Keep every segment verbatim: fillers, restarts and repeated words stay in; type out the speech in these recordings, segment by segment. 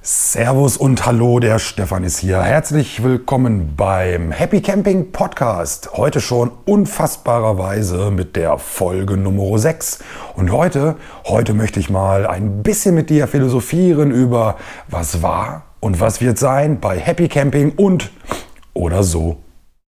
Servus und hallo, der Stefan ist hier. Herzlich willkommen beim Happy Camping Podcast. Heute schon unfassbarerweise mit der Folge Nummer sechs. Und heute, heute möchte ich mal ein bisschen mit dir philosophieren über was war und was wird sein bei Happy Camping und oder so.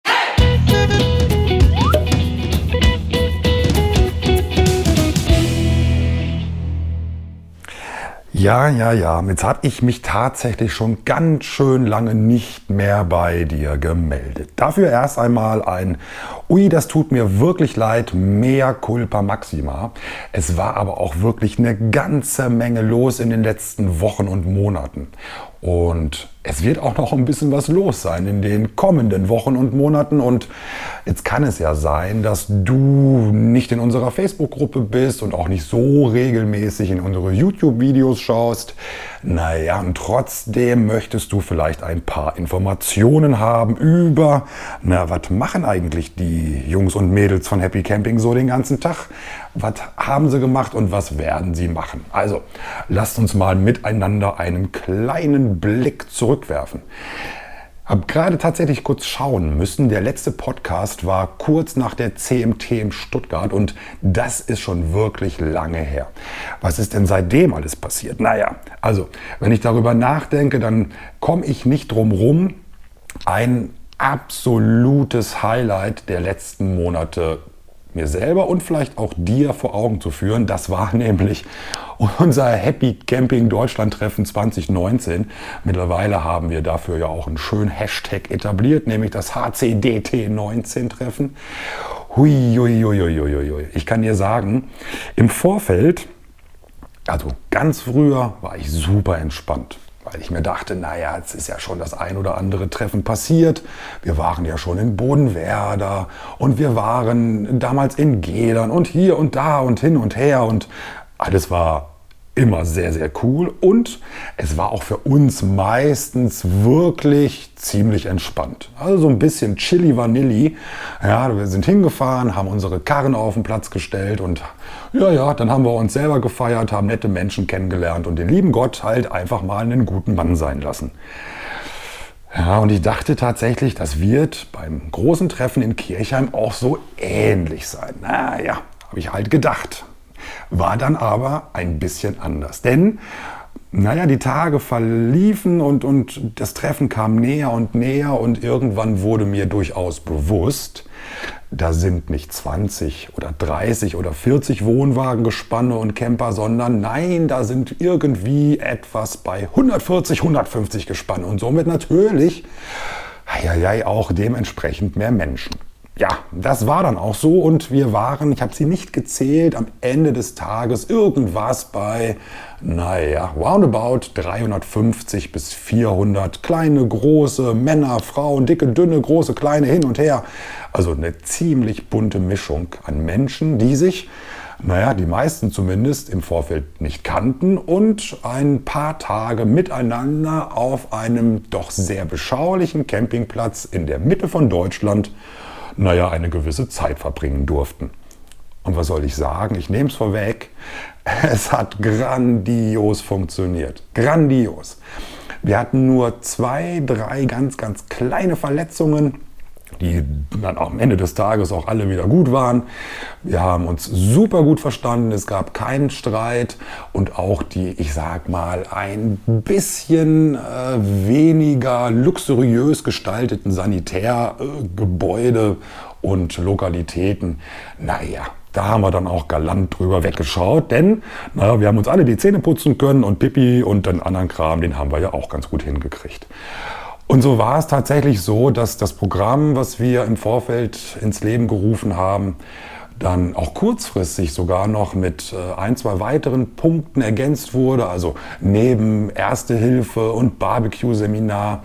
Ja, ja, ja, jetzt habe ich mich tatsächlich schon ganz schön lange nicht mehr bei dir gemeldet. Dafür erst einmal ein Ui, das tut mir wirklich leid, mea culpa maxima. Es war aber auch wirklich eine ganze Menge los in den letzten Wochen und Monaten. Und es wird auch noch ein bisschen was los sein in den kommenden Wochen und Monaten. Und jetzt kann es ja sein, dass du nicht in unserer Facebook-Gruppe bist und auch nicht so regelmäßig in unsere YouTube-Videos schaust. Naja, und trotzdem möchtest du vielleicht ein paar Informationen haben über, na, was machen eigentlich die Jungs und Mädels von Happy Camping so den ganzen Tag? Was haben sie gemacht und was werden sie machen? Also, lasst uns mal miteinander einen kleinen Blick zurückwerfen. Hab gerade tatsächlich kurz schauen müssen. Der letzte Podcast war kurz nach der C M T in Stuttgart und das ist schon wirklich lange her. Was ist denn seitdem alles passiert? Naja, also wenn ich darüber nachdenke, dann komme ich nicht drum rum, ein absolutes Highlight der letzten Monate mir selber und vielleicht auch dir vor Augen zu führen. Das war nämlich unser Happy Camping Deutschland Treffen zwanzig neunzehn. Mittlerweile haben wir dafür ja auch einen schönen Hashtag etabliert, nämlich das H C D T neunzehn Treffen. Hui, hui, hui, hui, hui, hui. Ich kann dir sagen, im Vorfeld, also ganz früher, war ich super entspannt. Weil ich mir dachte, naja, jetzt ist ja schon das ein oder andere Treffen passiert. Wir waren ja schon in Bodenwerder und wir waren damals in Gedern und hier und da und hin und her und alles war immer sehr, sehr cool und es war auch für uns meistens wirklich ziemlich entspannt. Also so ein bisschen Chili Vanilli. Ja, wir sind hingefahren, haben unsere Karren auf den Platz gestellt und ja, ja, dann haben wir uns selber gefeiert, haben nette Menschen kennengelernt und den lieben Gott halt einfach mal einen guten Mann sein lassen. Ja, und ich dachte tatsächlich, das wird beim großen Treffen in Kirchheim auch so ähnlich sein. Naja, habe ich halt gedacht. War dann aber ein bisschen anders. Denn, naja, die Tage verliefen und, und das Treffen kam näher und näher und irgendwann wurde mir durchaus bewusst, da sind nicht zwanzig oder dreißig oder vierzig Wohnwagengespanne und Camper, sondern nein, da sind irgendwie etwas bei hundertvierzig, hundertfünfzig Gespanne und somit natürlich ja, ja, auch dementsprechend mehr Menschen. Ja, das war dann auch so und wir waren, ich habe sie nicht gezählt, am Ende des Tages irgendwas bei, naja, roundabout dreihundertfünfzig bis vierhundert kleine, große Männer, Frauen, dicke, dünne, große, kleine, hin und her. Also eine ziemlich bunte Mischung an Menschen, die sich, naja, die meisten zumindest im Vorfeld nicht kannten und ein paar Tage miteinander auf einem doch sehr beschaulichen Campingplatz in der Mitte von Deutschland naja, eine gewisse Zeit verbringen durften. Und was soll ich sagen? Ich nehme es vorweg. Es hat grandios funktioniert. Grandios. Wir hatten nur zwei, drei ganz, ganz kleine Verletzungen, die dann am Ende des Tages auch alle wieder gut waren. Wir haben uns super gut verstanden, es gab keinen Streit und auch die, ich sag mal, ein bisschen äh, weniger luxuriös gestalteten Sanitärgebäude äh, und Lokalitäten, naja, da haben wir dann auch galant drüber weggeschaut, denn naja, wir haben uns alle die Zähne putzen können und Pipi und den anderen Kram, den haben wir ja auch ganz gut hingekriegt. Und so war es tatsächlich so, dass das Programm, was wir im Vorfeld ins Leben gerufen haben, dann auch kurzfristig sogar noch mit ein, zwei weiteren Punkten ergänzt wurde. Also neben Erste Hilfe und Barbecue-Seminar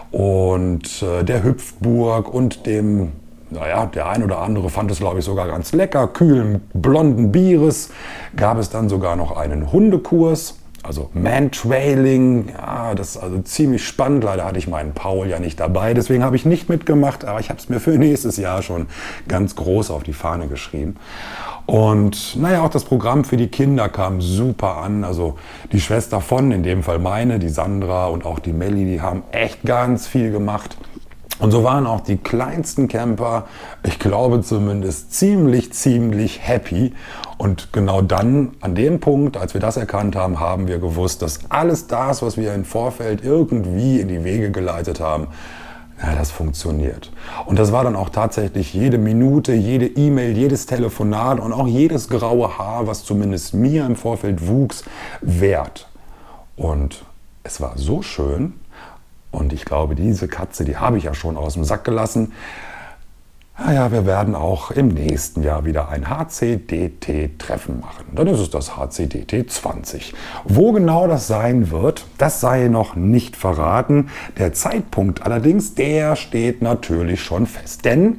und der Hüpfburg und dem, naja, der ein oder andere fand es, glaube ich, sogar ganz lecker, kühlen blonden Bieres, gab es dann sogar noch einen Hundekurs. Also Mantrailing, ja, das ist also ziemlich spannend. Leider hatte ich meinen Paul ja nicht dabei, deswegen habe ich nicht mitgemacht, aber ich habe es mir für nächstes Jahr schon ganz groß auf die Fahne geschrieben. Und naja, auch das Programm für die Kinder kam super an. Also die Schwester von, in dem Fall meine, die Sandra und auch die Melli, die haben echt ganz viel gemacht. Und so waren auch die kleinsten Camper, ich glaube zumindest, ziemlich, ziemlich happy. Und genau dann, an dem Punkt, als wir das erkannt haben, haben wir gewusst, dass alles das, was wir im Vorfeld irgendwie in die Wege geleitet haben, ja, das funktioniert. Und das war dann auch tatsächlich jede Minute, jede E-Mail, jedes Telefonat und auch jedes graue Haar, was zumindest mir im Vorfeld wuchs, wert. Und es war so schön. Und ich glaube, diese Katze, die habe ich ja schon aus dem Sack gelassen. Naja, wir werden auch im nächsten Jahr wieder ein H C D T-Treffen machen. Dann ist es das H C D T zwanzig. Wo genau das sein wird, das sei noch nicht verraten. Der Zeitpunkt allerdings, der steht natürlich schon fest. Denn,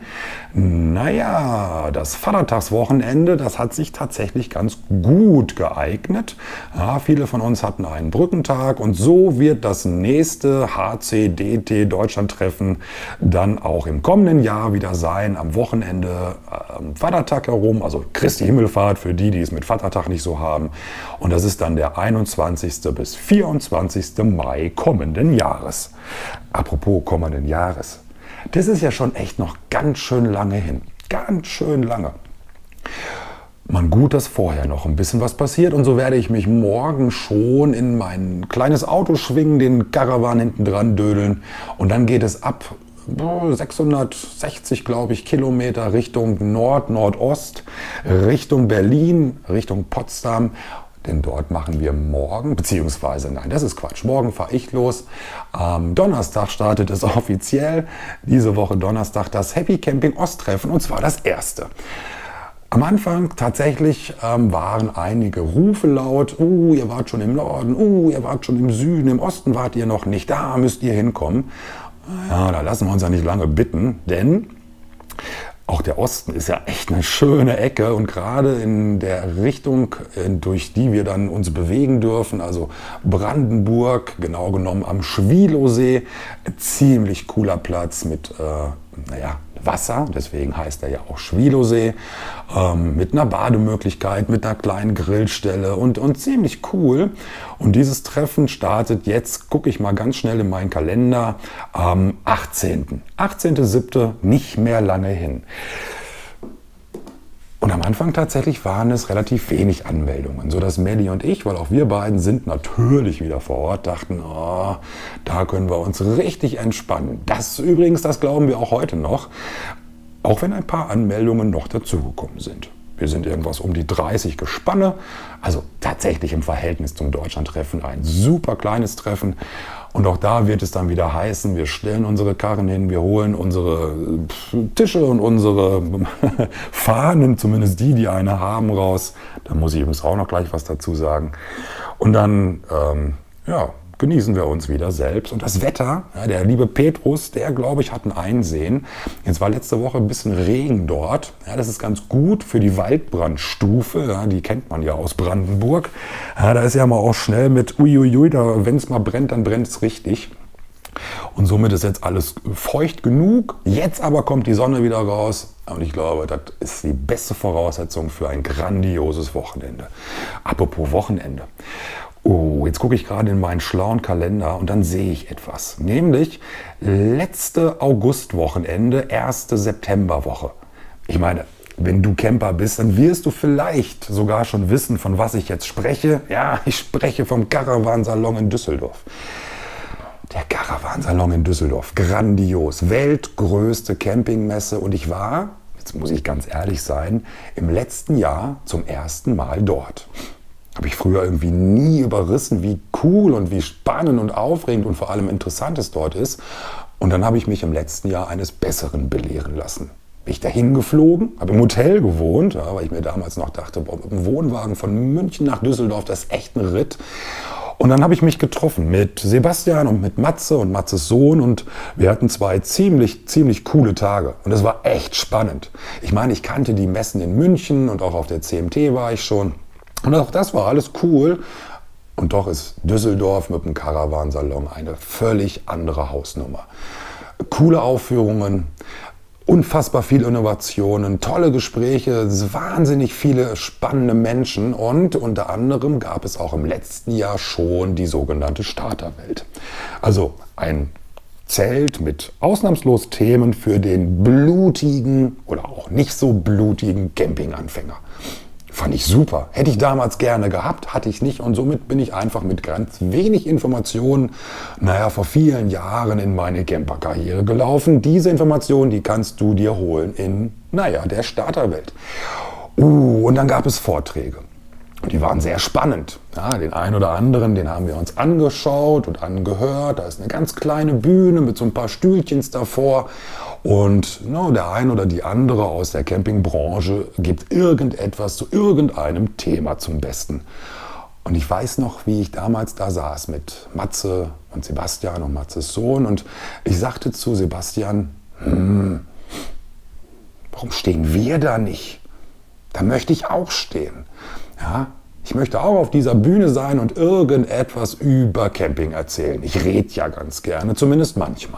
naja, das Vatertagswochenende, das hat sich tatsächlich ganz gut geeignet. Ja, viele von uns hatten einen Brückentag und so wird das nächste H C D T Deutschland-Treffen dann auch im kommenden Jahr wieder sein. Am Wochenende am Vatertag herum, also Christi Himmelfahrt für die, die es mit Vatertag nicht so haben. Und das ist dann der einundzwanzigste bis vierundzwanzigste Mai kommenden Jahres. Apropos kommenden Jahres. Das ist ja schon echt noch ganz schön lange hin. Ganz schön lange. Man gut, dass vorher noch ein bisschen was passiert und so werde ich mich morgen schon in mein kleines Auto schwingen, den Caravan hinten dran dödeln und dann geht es ab sechshundertsechzig, glaube ich, Kilometer Richtung Nord-Nordost, Richtung Berlin, Richtung Potsdam. Denn dort machen wir morgen, beziehungsweise, nein, das ist Quatsch, morgen fahre ich los. Am Donnerstag startet es offiziell, diese Woche Donnerstag, das Happy Camping Osttreffen und zwar das erste. Am Anfang tatsächlich ähm, waren einige Rufe laut, uh, ihr wart schon im Norden, uh, ihr wart schon im Süden, im Osten wart ihr noch nicht, da müsst ihr hinkommen. Ja, da lassen wir uns ja nicht lange bitten, denn auch der Osten ist ja echt eine schöne Ecke und gerade in der Richtung, durch die wir dann uns bewegen dürfen, also Brandenburg, genau genommen am Schwielowsee, ziemlich cooler Platz mit, äh, naja, Wasser, deswegen heißt er ja auch Schwielowsee, ähm, mit einer Bademöglichkeit, mit einer kleinen Grillstelle und, und ziemlich cool. Und dieses Treffen startet jetzt, gucke ich mal ganz schnell in meinen Kalender, am achtzehnten achtzehnten siebten nicht mehr lange hin. Und am Anfang tatsächlich waren es relativ wenig Anmeldungen, sodass Melli und ich, weil auch wir beiden sind natürlich wieder vor Ort, dachten, oh, da können wir uns richtig entspannen. Das übrigens, das glauben wir auch heute noch, auch wenn ein paar Anmeldungen noch dazugekommen sind. Wir sind irgendwas um die dreißig Gespanne, also tatsächlich im Verhältnis zum Deutschlandtreffen ein super kleines Treffen. Und auch da wird es dann wieder heißen, wir stellen unsere Karren hin, wir holen unsere Tische und unsere Fahnen, zumindest die, die eine haben, raus. Da muss ich übrigens auch noch gleich was dazu sagen. Und dann, ähm, ja, genießen wir uns wieder selbst. Und das Wetter, ja, der liebe Petrus, der, glaube ich, hat ein Einsehen. Jetzt war letzte Woche ein bisschen Regen dort. Ja, das ist ganz gut für die Waldbrandstufe. Ja, die kennt man ja aus Brandenburg. Ja, da ist ja mal auch schnell mit uiuiui, wenn es mal brennt, dann brennt es richtig. Und somit ist jetzt alles feucht genug. Jetzt aber kommt die Sonne wieder raus. Und ich glaube, das ist die beste Voraussetzung für ein grandioses Wochenende. Apropos Wochenende. Oh, jetzt gucke ich gerade in meinen schlauen Kalender und dann sehe ich etwas. Nämlich letzte Augustwochenende, erste Septemberwoche. Ich meine, wenn du Camper bist, dann wirst du vielleicht sogar schon wissen, von was ich jetzt spreche. Ja, ich spreche vom Caravansalon in Düsseldorf. Der Caravansalon in Düsseldorf, grandios, weltgrößte Campingmesse und ich war, jetzt muss ich ganz ehrlich sein, im letzten Jahr zum ersten Mal dort. Habe ich früher irgendwie nie überrissen, wie cool und wie spannend und aufregend und vor allem interessant es dort ist. Und dann habe ich mich im letzten Jahr eines Besseren belehren lassen. Bin ich dahin geflogen, habe im Hotel gewohnt, ja, weil ich mir damals noch dachte, boah, mit dem Wohnwagen von München nach Düsseldorf, das ist echt ein Ritt. Und dann habe ich mich getroffen mit Sebastian und mit Matze und Matzes Sohn und wir hatten zwei ziemlich, ziemlich coole Tage. Und es war echt spannend. Ich meine, ich kannte die Messen in München und auch auf der C M T war ich schon. Und auch das war alles cool. Und doch ist Düsseldorf mit dem Caravansalon eine völlig andere Hausnummer. Coole Aufführungen, unfassbar viele Innovationen, tolle Gespräche, wahnsinnig viele spannende Menschen und unter anderem gab es auch im letzten Jahr schon die sogenannte Starterwelt. Also ein Zelt mit ausnahmslos Themen für den blutigen oder auch nicht so blutigen Campinganfänger. Fand ich super. Hätte ich damals gerne gehabt, hatte ich nicht und somit bin ich einfach mit ganz wenig Informationen, naja, vor vielen Jahren in meine Camperkarriere gelaufen. Diese Informationen, die kannst du dir holen in, naja, der Starterwelt. Uh, und dann gab es Vorträge. Und die waren sehr spannend. Ja, den einen oder anderen, den haben wir uns angeschaut und angehört. Da ist eine ganz kleine Bühne mit so ein paar Stühlchens davor. Und no, der ein oder die andere aus der Campingbranche gibt irgendetwas zu irgendeinem Thema zum Besten. Und ich weiß noch, wie ich damals da saß mit Matze und Sebastian und Matzes Sohn. Und ich sagte zu Sebastian, hm, warum stehen wir da nicht? Da möchte ich auch stehen. Ja, ich möchte auch auf dieser Bühne sein und irgendetwas über Camping erzählen. Ich rede ja ganz gerne, zumindest manchmal.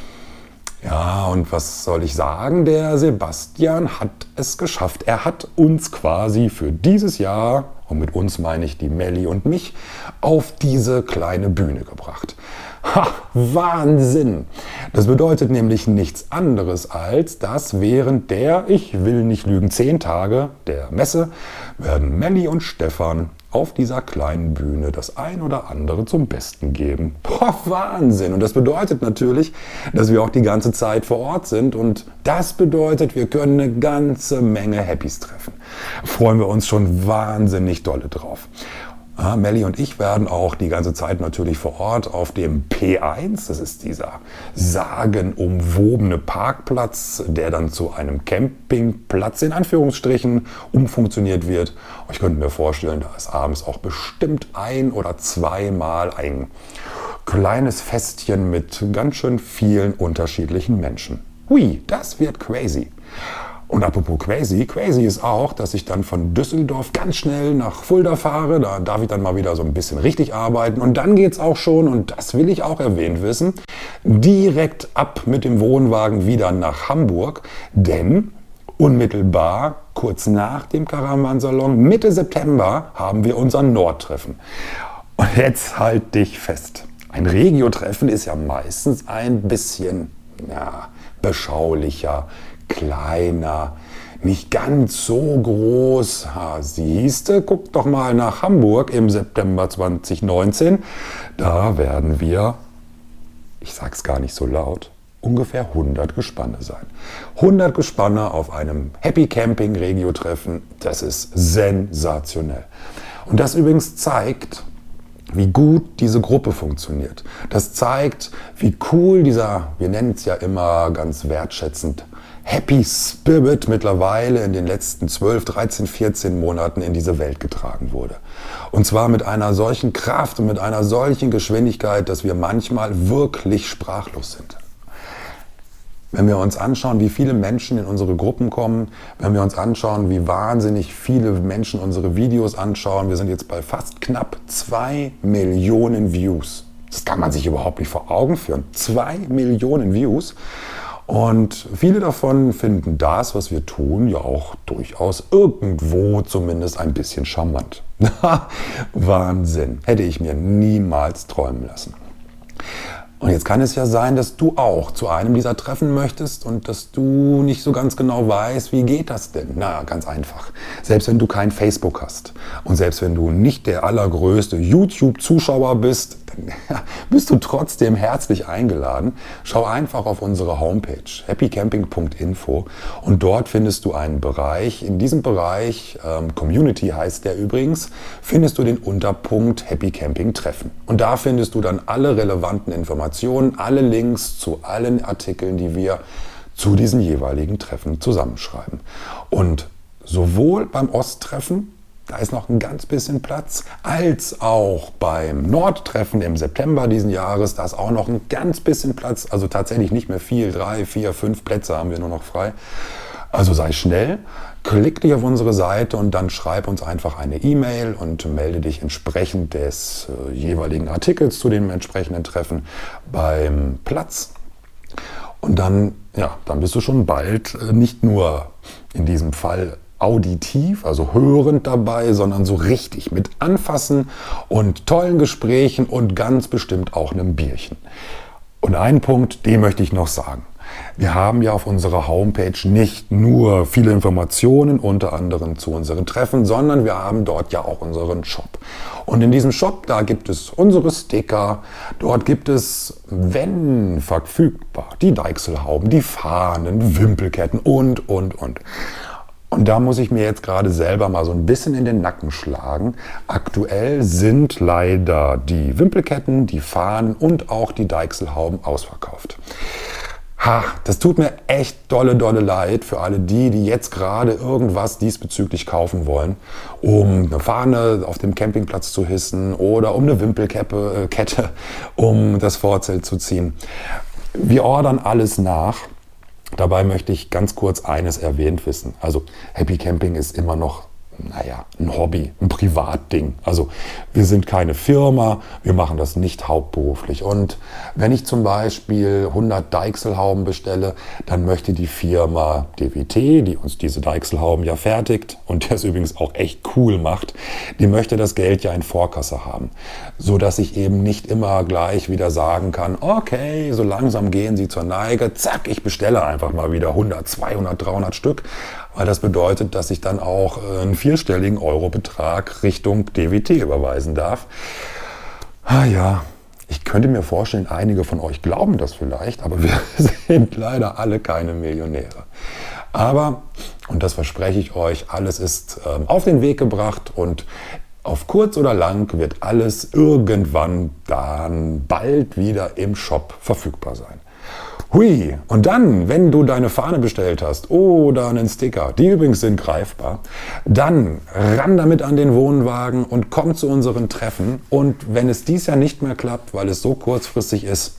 Ja, und was soll ich sagen? Der Sebastian hat es geschafft. Er hat uns quasi für dieses Jahr, und mit uns meine ich die Melli und mich, auf diese kleine Bühne gebracht. Ha, Wahnsinn! Das bedeutet nämlich nichts anderes als, dass während der, ich will nicht lügen, zehn Tage der Messe werden Melli und Stefan auf dieser kleinen Bühne das ein oder andere zum Besten geben. Boah, Wahnsinn! Und das bedeutet natürlich, dass wir auch die ganze Zeit vor Ort sind und das bedeutet, wir können eine ganze Menge Happys treffen. Freuen wir uns schon wahnsinnig dolle drauf. Ja, Melli und ich werden auch die ganze Zeit natürlich vor Ort auf dem P eins, das ist dieser sagenumwobene Parkplatz, der dann zu einem Campingplatz in Anführungsstrichen umfunktioniert wird. Ich könnte mir vorstellen, da ist abends auch bestimmt ein- oder zweimal ein kleines Festchen mit ganz schön vielen unterschiedlichen Menschen. Hui, das wird crazy. Und apropos crazy, crazy ist auch, dass ich dann von Düsseldorf ganz schnell nach Fulda fahre. Da darf ich dann mal wieder so ein bisschen richtig arbeiten. Und dann geht's auch schon, und das will ich auch erwähnt wissen, direkt ab mit dem Wohnwagen wieder nach Hamburg. Denn unmittelbar kurz nach dem Caravansalon, Mitte September, haben wir unser Nordtreffen. Und jetzt halt dich fest. Ein Regio-Treffen ist ja meistens ein bisschen, ja, beschaulicher, kleiner, nicht ganz so groß. Ha, siehste, guck doch mal nach Hamburg im September zwanzig neunzehn. Da werden wir, ich sag's gar nicht so laut, ungefähr hundert Gespanne sein. hundert Gespanne auf einem Happy Camping Regio-Treffen, das ist sensationell. Und das übrigens zeigt, wie gut diese Gruppe funktioniert. Das zeigt, wie cool dieser, wir nennen es ja immer ganz wertschätzend, Happy Spirit mittlerweile in den letzten zwölf, dreizehn, vierzehn Monaten in diese Welt getragen wurde. Und zwar mit einer solchen Kraft und mit einer solchen Geschwindigkeit, dass wir manchmal wirklich sprachlos sind. Wenn wir uns anschauen, wie viele Menschen in unsere Gruppen kommen, wenn wir uns anschauen, wie wahnsinnig viele Menschen unsere Videos anschauen, wir sind jetzt bei fast knapp zwei Millionen Views. Das kann man sich überhaupt nicht vor Augen führen. Zwei Millionen Views. Und viele davon finden das, was wir tun, ja auch durchaus irgendwo zumindest ein bisschen charmant. Wahnsinn. Hätte ich mir niemals träumen lassen. Und jetzt kann es ja sein, dass du auch zu einem dieser Treffen möchtest und dass du nicht so ganz genau weißt, wie geht das denn? Na, ganz einfach. Selbst wenn du kein Facebook hast und selbst wenn du nicht der allergrößte YouTube-Zuschauer bist, dann ja, bist du trotzdem herzlich eingeladen. Schau einfach auf unsere Homepage happy camping punkt info und dort findest du einen Bereich. In diesem Bereich, ähm, Community heißt der übrigens, findest du den Unterpunkt Happy Camping Treffen. Und da findest du dann alle relevanten Informationen, alle Links zu allen Artikeln, die wir zu diesen jeweiligen Treffen zusammenschreiben. Und sowohl beim Osttreffen, da ist noch ein ganz bisschen Platz, als auch beim Nordtreffen im September diesen Jahres, da ist auch noch ein ganz bisschen Platz, also tatsächlich nicht mehr viel, drei, vier, fünf Plätze haben wir nur noch frei. Also sei schnell, klick dich auf unsere Seite und dann schreib uns einfach eine E-Mail und melde dich entsprechend des äh, jeweiligen Artikels zu dem entsprechenden Treffen beim Platz. Und dann, ja, dann bist du schon bald äh, nicht nur in diesem Fall auditiv, also hörend dabei, sondern so richtig mit Anfassen und tollen Gesprächen und ganz bestimmt auch einem Bierchen. Und einen Punkt, den möchte ich noch sagen. Wir haben ja auf unserer Homepage nicht nur viele Informationen, unter anderem zu unseren Treffen, sondern wir haben dort ja auch unseren Shop. Und in diesem Shop, da gibt es unsere Sticker, dort gibt es, wenn verfügbar, die Deichselhauben, die Fahnen, Wimpelketten und, und, und. Und da muss ich mir jetzt gerade selber mal so ein bisschen in den Nacken schlagen. Aktuell sind leider die Wimpelketten, die Fahnen und auch die Deichselhauben ausverkauft. Ha, das tut mir echt dolle, dolle leid für alle die, die jetzt gerade irgendwas diesbezüglich kaufen wollen, um eine Fahne auf dem Campingplatz zu hissen oder um eine Wimpelkette, äh, Kette, um das Vorzelt zu ziehen. Wir ordern alles nach. Dabei möchte ich ganz kurz eines erwähnt wissen. Also Happy Camping ist immer noch, naja, ein Hobby, ein Privatding. Also wir sind keine Firma, wir machen das nicht hauptberuflich. Und wenn ich zum Beispiel hundert Deichselhauben bestelle, dann möchte die Firma D W T, die uns diese Deichselhauben ja fertigt und das übrigens auch echt cool macht, die möchte das Geld ja in Vorkasse haben. So dass ich eben nicht immer gleich wieder sagen kann, okay, so langsam gehen sie zur Neige, zack, ich bestelle einfach mal wieder hundert, zweihundert, dreihundert Stück. Weil das bedeutet, dass ich dann auch einen vierstelligen Eurobetrag Richtung D W T überweisen darf. Ah ja, ich könnte mir vorstellen, einige von euch glauben das vielleicht, aber wir sind leider alle keine Millionäre. Aber, und das verspreche ich euch, alles ist ähm, auf den Weg gebracht und auf kurz oder lang wird alles irgendwann dann bald wieder im Shop verfügbar sein. Hui, und dann, wenn du deine Fahne bestellt hast oder einen Sticker, die übrigens sind greifbar, dann ran damit an den Wohnwagen und komm zu unseren Treffen. Und wenn es dies Jahr nicht mehr klappt, weil es so kurzfristig ist,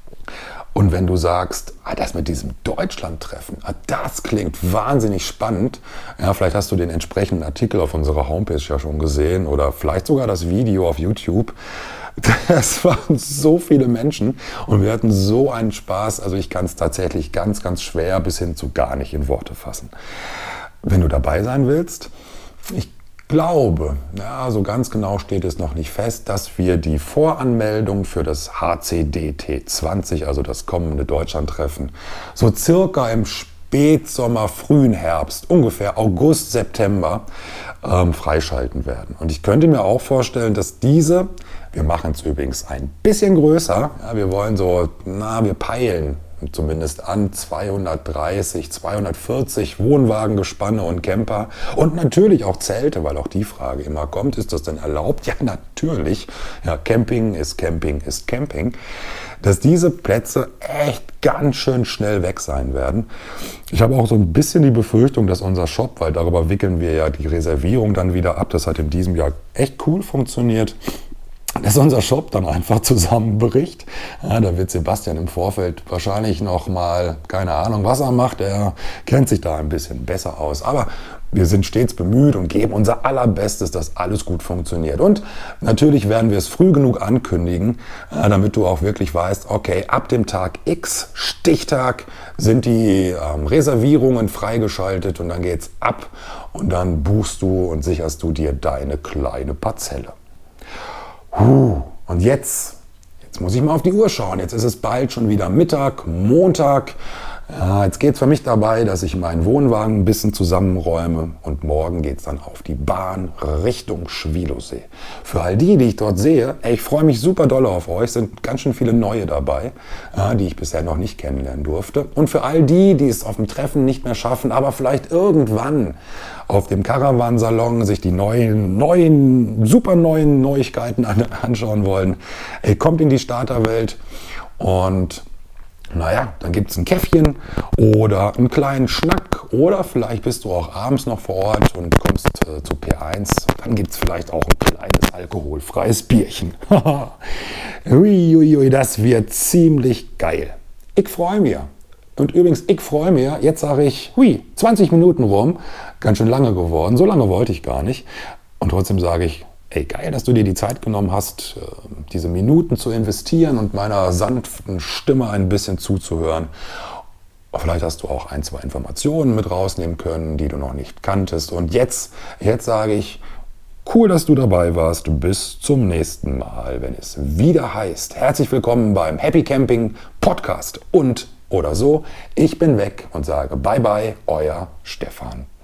und wenn du sagst, ah, das mit diesem Deutschland-Treffen, ah, das klingt wahnsinnig spannend, ja, vielleicht hast du den entsprechenden Artikel auf unserer Homepage ja schon gesehen oder vielleicht sogar das Video auf YouTube. Das waren so viele Menschen und wir hatten so einen Spaß, also ich kann es tatsächlich ganz, ganz schwer bis hin zu gar nicht in Worte fassen. Wenn du dabei sein willst, ich glaube, ja, so ganz genau steht es noch nicht fest, dass wir die Voranmeldung für das H C D T zwanzig, also das kommende Deutschlandtreffen, so circa im Spätsommer, frühen Herbst, ungefähr August, September, ähm, freischalten werden. Und ich könnte mir auch vorstellen, dass diese, wir machen es übrigens ein bisschen größer, ja, wir wollen so, na, wir peilen zumindest an zweihundertdreißig, zweihundertvierzig Wohnwagengespanne und Camper und natürlich auch Zelte, weil auch die Frage immer kommt, ist das denn erlaubt? Ja, natürlich. Ja, Camping ist Camping ist Camping. Dass diese Plätze echt ganz schön schnell weg sein werden. Ich habe auch so ein bisschen die Befürchtung, dass unser Shop, weil darüber wickeln wir ja die Reservierung dann wieder ab, das hat in diesem Jahr echt cool funktioniert, dass unser Shop dann einfach zusammenbricht. Ja, da wird Sebastian im Vorfeld wahrscheinlich noch mal, keine Ahnung, was er macht. Er kennt sich da ein bisschen besser aus. Aber wir sind stets bemüht und geben unser Allerbestes, dass alles gut funktioniert. Und natürlich werden wir es früh genug ankündigen, ja, damit du auch wirklich weißt, okay, ab dem Tag X, Stichtag, sind die ähm, Reservierungen freigeschaltet und dann geht's ab und dann buchst du und sicherst du dir deine kleine Parzelle. Huh, und jetzt, jetzt muss ich mal auf die Uhr schauen. Jetzt ist es bald schon wieder Mittag, Montag. Ja, jetzt geht es für mich dabei, dass ich meinen Wohnwagen ein bisschen zusammenräume und morgen geht es dann auf die Bahn Richtung Schwielowsee. Für all die, die ich dort sehe, ey, ich freue mich super doll auf euch, sind ganz schön viele neue dabei, ja, die ich bisher noch nicht kennenlernen durfte. Und für all die, die es auf dem Treffen nicht mehr schaffen, aber vielleicht irgendwann auf dem Caravansalon sich die neuen, neuen, super neuen Neuigkeiten anschauen wollen, ey, kommt in die Starterwelt und naja, dann gibt es ein Käffchen oder einen kleinen Schnack oder vielleicht bist du auch abends noch vor Ort und kommst äh, zu P eins. Dann gibt es vielleicht auch ein kleines alkoholfreies Bierchen. Uiuiui, das wird ziemlich geil. Ich freue mich. Und übrigens, ich freue mich, jetzt sage ich, hui, zwanzig Minuten rum, ganz schön lange geworden, so lange wollte ich gar nicht. Und trotzdem sage ich, ey, geil, dass du dir die Zeit genommen hast, diese Minuten zu investieren und meiner sanften Stimme ein bisschen zuzuhören. Vielleicht hast du auch ein, zwei Informationen mit rausnehmen können, die du noch nicht kanntest. Und jetzt, jetzt sage ich, cool, dass du dabei warst. Bis zum nächsten Mal, wenn es wieder heißt, herzlich willkommen beim Happy Camping Podcast und oder so. Ich bin weg und sage bye bye, euer Stefan.